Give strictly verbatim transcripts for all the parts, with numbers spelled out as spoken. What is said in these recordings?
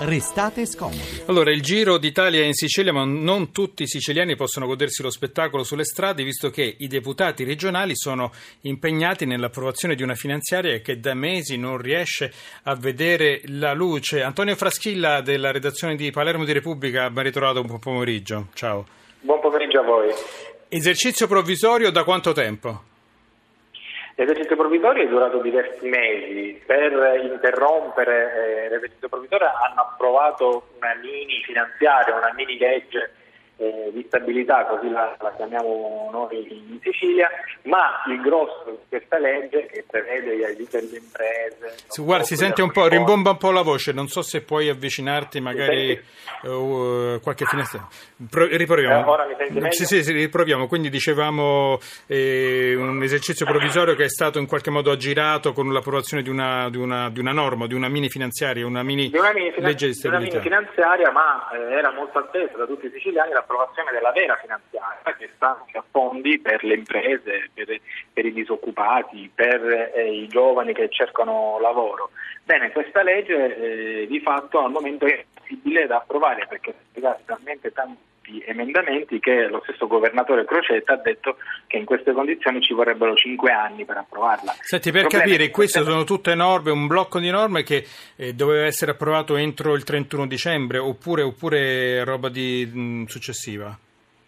Restate scomodi. Allora, il Giro d'Italia è in Sicilia, ma non tutti i siciliani possono godersi lo spettacolo sulle strade, visto che i deputati regionali sono impegnati nell'approvazione di una finanziaria che da mesi non riesce a vedere la luce. Antonio Fraschilla della redazione di Palermo di Repubblica, ben ritrovato, buon pomeriggio. Ciao. Buon pomeriggio a voi. Esercizio provvisorio da quanto tempo? L'esercizio provvisorio è durato diversi mesi. Per interrompere eh, l'esercizio provvisorio hanno approvato una mini finanziaria, una mini legge eh, di stabilità, così la, la chiamiamo noi in Sicilia, ma il grosso di questa legge, che prevede gli aiuti alle imprese... Sì, guarda, si sente un po', rimbomba un po' la voce, non so se puoi avvicinarti magari uh, qualche finestra. Pro, riproviamo. Eh, ora mi senti meglio? Sì, sì, sì, riproviamo. Quindi dicevamo eh, un esercizio provvisorio che è stato in qualche modo aggirato con l'approvazione di una, di una, di una norma, di una mini finanziaria, una mini, di una mini finan- legge di stabilità. Di una mini finanziaria, ma eh, era molto attesa da tutti i siciliani l'approvazione della vera finanziaria, che stanzia fondi per le imprese, per, per i disoccupati, per eh, i giovani che cercano lavoro. Bene, questa legge eh, di fatto al momento è possibile da approvare perché sono stati talmente tanti emendamenti che lo stesso governatore Crocetta ha detto che in queste condizioni ci vorrebbero cinque anni per approvarla. Senti, per capire, queste sono tutte norme, un blocco di norme che eh, doveva essere approvato entro il trentuno dicembre oppure, oppure roba di mh, successiva?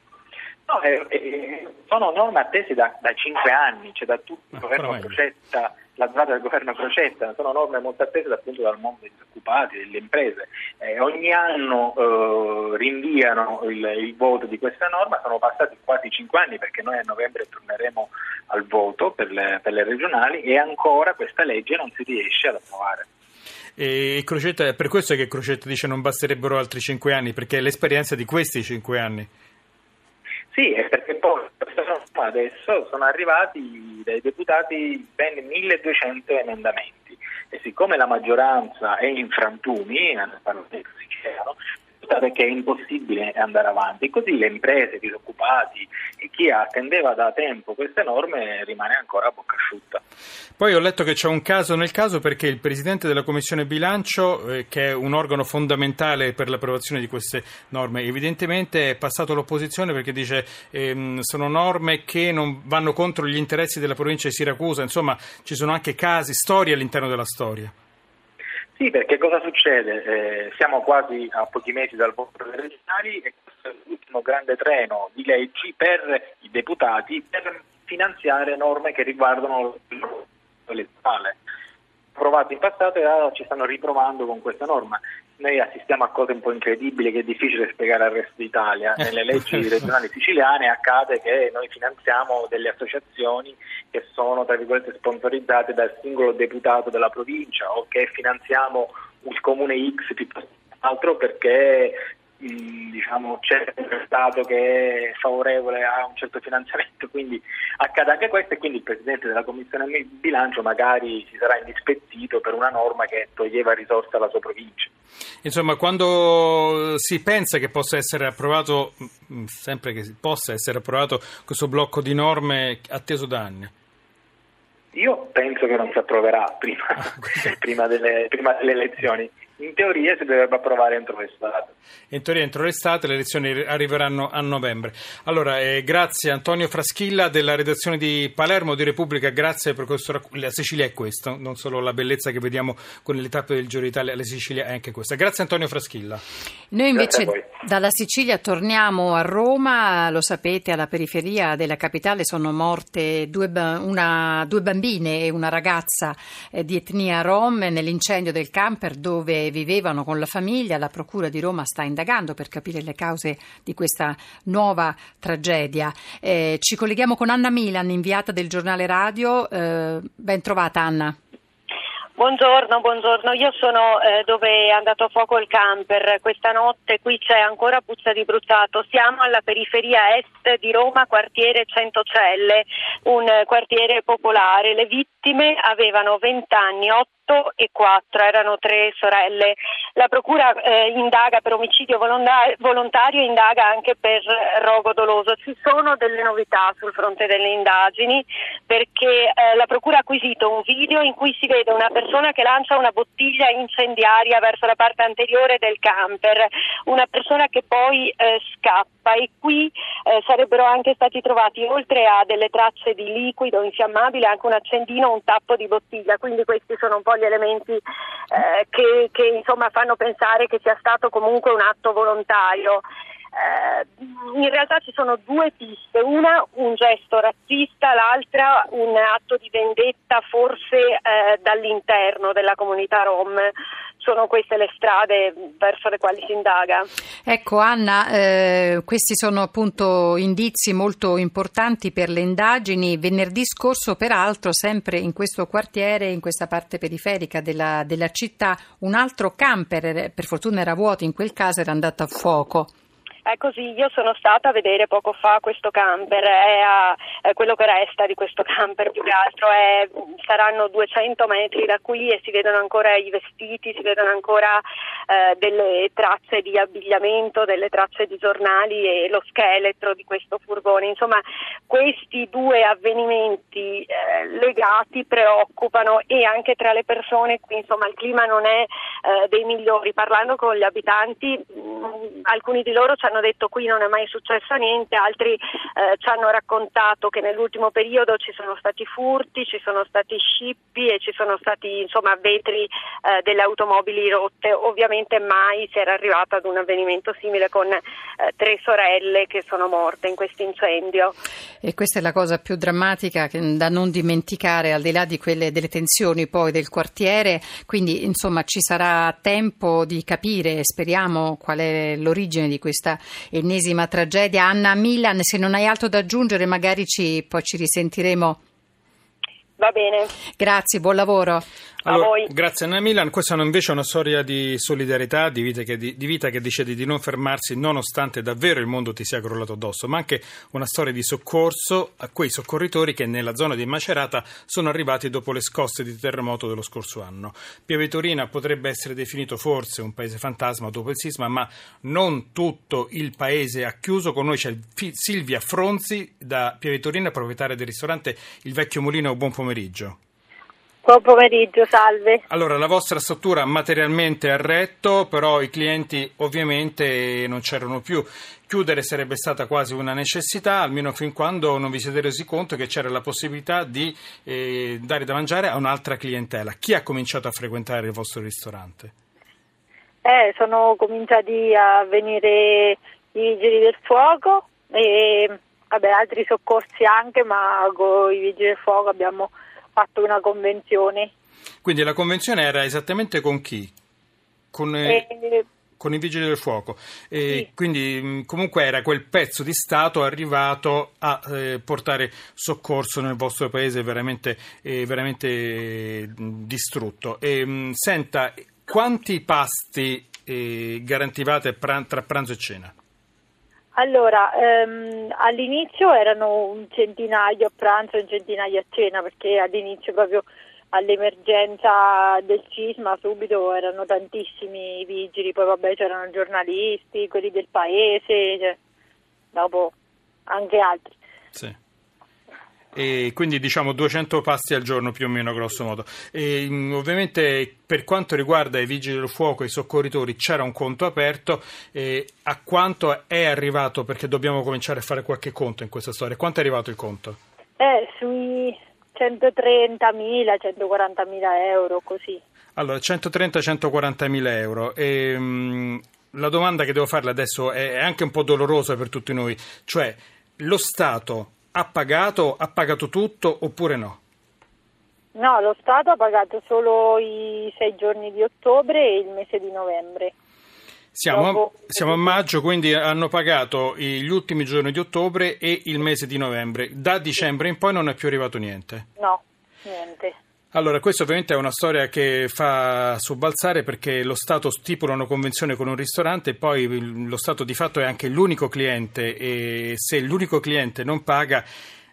No, eh, eh, sono norme attese da, da cinque anni, cioè da tutto il governo Crocetta, la durata del governo Crocetta, sono norme molto attese appunto dal mondo dei disoccupati, delle imprese. Eh, ogni anno eh, rinviano il, il voto di questa norma, sono passati quasi cinque anni perché noi a novembre torneremo al voto per le, per le regionali e ancora questa legge non si riesce ad approvare. E Crocetta, per questo è che Crocetta dice non basterebbero altri cinque anni, perché è l'esperienza di questi cinque anni. Sì, è perché poi adesso sono arrivati dai deputati ben milleduecento emendamenti e siccome la maggioranza è in frantumi, nel Parlamento siciliano, perché è impossibile andare avanti, così le imprese, i disoccupati e chi attendeva da tempo queste norme rimane ancora a bocca asciutta. Poi ho letto che c'è un caso nel caso perché il Presidente della Commissione Bilancio, eh, che è un organo fondamentale per l'approvazione di queste norme, evidentemente è passato all'opposizione perché dice ehm, sono norme che non vanno contro gli interessi della provincia di Siracusa, insomma ci sono anche casi, storie all'interno della storia. Sì, perché cosa succede? Eh, siamo quasi a pochi mesi dal voto delle regionali e questo è l'ultimo grande treno di leggi per i deputati per finanziare norme che riguardano l'elettorale. Approvate in passato e ora ci stanno riprovando con questa norma. Noi assistiamo a cose un po' incredibili che è difficile spiegare al resto d'Italia. Nelle leggi regionali siciliane accade che noi finanziamo delle associazioni che sono, tra virgolette, sponsorizzate dal singolo deputato della provincia o che finanziamo il comune X piuttosto che altro perché mh, diciamo c'è un Stato che è favorevole a un certo finanziamento, quindi accade anche questo e quindi il Presidente della Commissione Bilancio magari si sarà indispettito per una norma che toglieva risorse alla sua provincia. Insomma, quando si pensa che possa essere approvato, sempre che possa essere approvato questo blocco di norme atteso da anni? Io penso che non si approverà prima, prima, delle, prima delle elezioni. In teoria si dovrebbe approvare entro l'estate. In teoria entro l'estate, le elezioni arriveranno a novembre. Allora, eh, grazie Antonio Fraschilla della redazione di Palermo di Repubblica, grazie per questo racconto. La Sicilia è questo, non solo la bellezza che vediamo con le tappe del Giro d'Italia, la Sicilia è anche questa. Grazie Antonio Fraschilla. Noi invece dalla Sicilia torniamo a Roma, lo sapete, alla periferia della capitale sono morte due, una, due bambine e una ragazza eh, di etnia rom nell'incendio del camper dove vivevano con la famiglia. La Procura di Roma sta indagando per capire le cause di questa nuova tragedia. Eh, ci colleghiamo con Anna Milan, inviata del giornale radio. Eh, ben trovata Anna. Buongiorno, buongiorno. Io sono eh, dove è andato a fuoco il camper. Questa notte qui c'è ancora puzza di bruciato. Siamo alla periferia est di Roma, quartiere Centocelle, un quartiere popolare. Le vittime avevano venti anni, otto otto e quattro, erano tre sorelle. La procura eh, indaga per omicidio volontario e indaga anche per rogo doloso. Ci sono delle novità sul fronte delle indagini, perché eh, la procura ha acquisito un video in cui si vede una persona che lancia una bottiglia incendiaria verso la parte anteriore del camper, una persona che poi eh, scappa, e qui eh, sarebbero anche stati trovati, oltre a delle tracce di liquido infiammabile, anche un accendino, un tappo di bottiglia. Quindi questi sono un po' gli elementi eh, che, che insomma fanno pensare che sia stato comunque un atto volontario. Eh, in realtà ci sono due piste, una un gesto razzista, l'altra un atto di vendetta, forse eh, dall'interno della comunità rom. Sono queste le strade verso le quali si indaga. Ecco Anna, eh, questi sono appunto indizi molto importanti per le indagini. Venerdì scorso, peraltro, sempre in questo quartiere, in questa parte periferica della, della città, un altro camper, per fortuna era vuoto in quel caso, era andato a fuoco. È così, io sono stata a vedere poco fa questo camper, è, a, è quello che resta di questo camper più che altro, è, saranno duecento metri da qui e si vedono ancora i vestiti, si vedono ancora eh, delle tracce di abbigliamento, delle tracce di giornali e lo scheletro di questo furgone. Insomma, questi due avvenimenti eh, legati preoccupano, e anche tra le persone qui insomma il clima non è eh, dei migliori. Parlando con gli abitanti, mh, alcuni di loro ci hanno detto qui non è mai successo niente, altri eh, ci hanno raccontato che nell'ultimo periodo ci sono stati furti, ci sono stati scippi e ci sono stati insomma vetri eh, delle automobili rotte. Ovviamente mai si era arrivato ad un avvenimento simile con eh, tre sorelle che sono morte in questo incendio. E questa è la cosa più drammatica che, da non dimenticare, al di là di quelle delle tensioni poi del quartiere. Quindi insomma ci sarà tempo di capire, speriamo, qual è l'origine di questa ennesima tragedia. Anna Milan, se non hai altro da aggiungere magari ci, poi ci risentiremo. Va bene. Grazie, buon lavoro. Allora, a voi. Grazie Anna Milan. Questa è invece una storia di solidarietà, di vita, che, di, di vita che decidi di non fermarsi nonostante davvero il mondo ti sia crollato addosso, ma anche una storia di soccorso a quei soccorritori che nella zona di Macerata sono arrivati dopo le scosse di terremoto dello scorso anno. Pieve Torina potrebbe essere definito forse un paese fantasma dopo il sisma, ma non tutto il paese ha chiuso. Con noi c'è Silvia Fronzi da Pieve Torina, proprietaria del ristorante Il Vecchio Mulino. Buon pomeriggio. Buon pomeriggio, salve. Allora, la vostra struttura materialmente è a retto, però i clienti ovviamente non c'erano più. Chiudere sarebbe stata quasi una necessità, almeno fin quando non vi siete resi conto che c'era la possibilità di eh, dare da mangiare a un'altra clientela. Chi ha cominciato a frequentare il vostro ristorante? Eh, sono cominciati a venire i vigili del fuoco e vabbè, altri soccorsi anche, ma con i vigili del fuoco abbiamo fatto una convenzione. Quindi la convenzione era esattamente con chi? Con, eh, eh, con i vigili del fuoco. E sì. Quindi comunque era quel pezzo di Stato arrivato a eh, portare soccorso nel vostro paese veramente, eh, veramente eh, distrutto. E, mh, senta, quanti pasti eh, garantivate pran- tra pranzo e cena? Allora, ehm, all'inizio erano un centinaio a pranzo e un centinaio a cena, perché all'inizio proprio all'emergenza del sisma subito erano tantissimi i vigili, poi vabbè c'erano giornalisti, quelli del paese, cioè, dopo anche altri. Sì. E quindi diciamo duecento pasti al giorno più o meno, grosso modo. E, ovviamente per quanto riguarda i vigili del fuoco e i soccorritori c'era un conto aperto. E a quanto è arrivato, perché dobbiamo cominciare a fare qualche conto in questa storia, quanto è arrivato il conto? Eh, sui centotrentamila, centoquarantamila euro, così. Allora, centotrenta centoquarantamila euro. E, mh, la domanda che devo farle adesso è, è anche un po' dolorosa per tutti noi, cioè lo Stato ha pagato, ha pagato tutto oppure no? No, lo Stato ha pagato solo i sei giorni di ottobre e il mese di novembre. Siamo, Dopo... a, siamo a maggio, quindi hanno pagato gli ultimi giorni di ottobre e il mese di novembre. Da dicembre in poi non è più arrivato niente? No, niente. Allora, questa ovviamente è una storia che fa sobbalzare, perché lo Stato stipula una convenzione con un ristorante e poi lo Stato di fatto è anche l'unico cliente, e se l'unico cliente non paga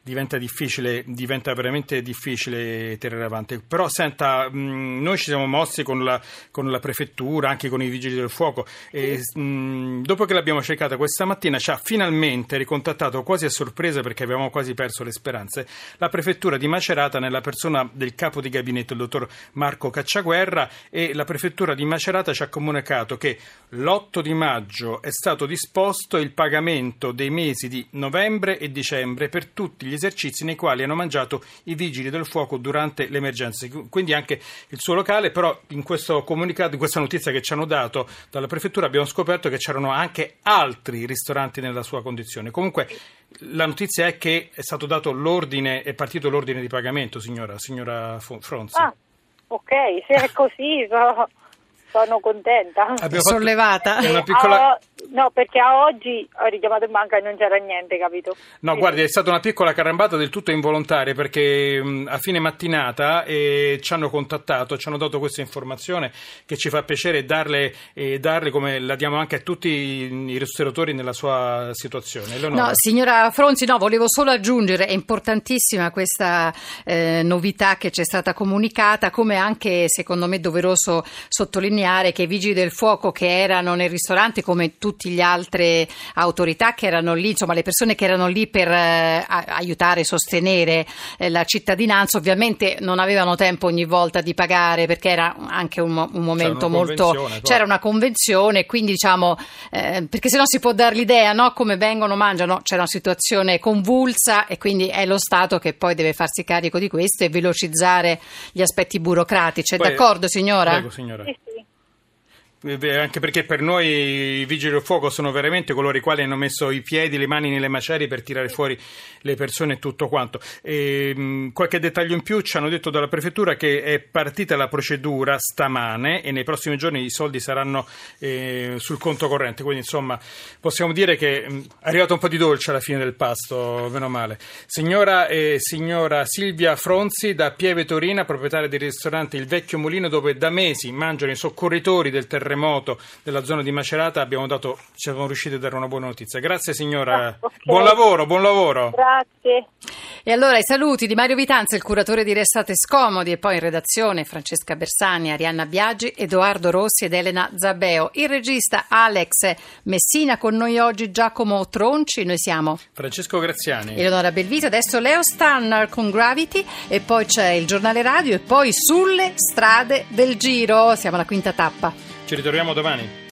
diventa difficile, diventa veramente difficile tenere avanti. Però senta, mh, noi ci siamo mossi con la, con la prefettura, anche con i vigili del fuoco, e mh, dopo che l'abbiamo cercata questa mattina ci ha finalmente ricontattato quasi a sorpresa, perché avevamo quasi perso le speranze, la prefettura di Macerata nella persona del capo di gabinetto, il dottor Marco Cacciaguerra, e la prefettura di Macerata ci ha comunicato che l'otto di maggio è stato disposto il pagamento dei mesi di novembre e dicembre per tutti gli esercizi nei quali hanno mangiato i vigili del fuoco durante le emergenze, quindi anche il suo locale. Però in questo comunicato, in questa notizia che ci hanno dato dalla prefettura, abbiamo scoperto che c'erano anche altri ristoranti nella sua condizione. Comunque la notizia è che è stato dato l'ordine, è partito l'ordine di pagamento, signora, signora Fronzi. Ah, ok, se è così so, sono contenta. Abbiamo sollevata. Una piccola... a, no, perché a oggi ho richiamato in banca e non c'era niente, capito? No, Quindi... guardi, è stata una piccola carambata del tutto involontaria, perché mh, a fine mattinata eh, ci hanno contattato, ci hanno dato questa informazione che ci fa piacere darle, eh, darle come la diamo anche a tutti i, i ristoratori nella sua situazione. Leonora. No, signora Fronzi, no, volevo solo aggiungere, è importantissima questa eh, novità che ci è stata comunicata, come anche secondo me doveroso sottolineare che i vigili del fuoco che erano nel ristorante, come tutte le altre autorità che erano lì, insomma le persone che erano lì per eh, aiutare e sostenere eh, la cittadinanza, ovviamente non avevano tempo ogni volta di pagare, perché era anche un, un momento molto, c'era una convenzione, quindi diciamo eh, perché sennò si può dare l'idea, no, come vengono, mangiano, c'era una situazione convulsa e quindi è lo Stato che poi deve farsi carico di questo e velocizzare gli aspetti burocratici. È poi, d'accordo, signora? Prego, signora. Sì, sì. Anche perché per noi i vigili del fuoco sono veramente coloro i quali hanno messo i piedi, le mani nelle macerie per tirare fuori le persone e tutto quanto. E, mh, qualche dettaglio in più: ci hanno detto dalla prefettura che è partita la procedura stamane e nei prossimi giorni i soldi saranno eh, sul conto corrente, quindi insomma possiamo dire che mh, è arrivato un po' di dolce alla fine del pasto, meno male. Signora e signora Silvia Fronzi da Pieve Torina, proprietaria del ristorante Il Vecchio Mulino, dove da mesi mangiano i soccorritori del terremoto della zona di Macerata, abbiamo dato, ci siamo riusciti a dare una buona notizia. Grazie signora, ah, okay. Buon lavoro, buon lavoro. Grazie. E allora i saluti di Mario Vitanza, il curatore di Restate Scomodi, e poi in redazione Francesca Bersani, Arianna Biagi, Edoardo Rossi ed Elena Zabeo. Il regista Alex Messina, con noi oggi Giacomo Tronci, noi siamo Francesco Graziani, Eleonora Belvito, adesso Leo Stannar con Gravity e poi c'è il giornale radio e poi Sulle strade del Giro, siamo alla quinta tappa. ci ritroviamo domani.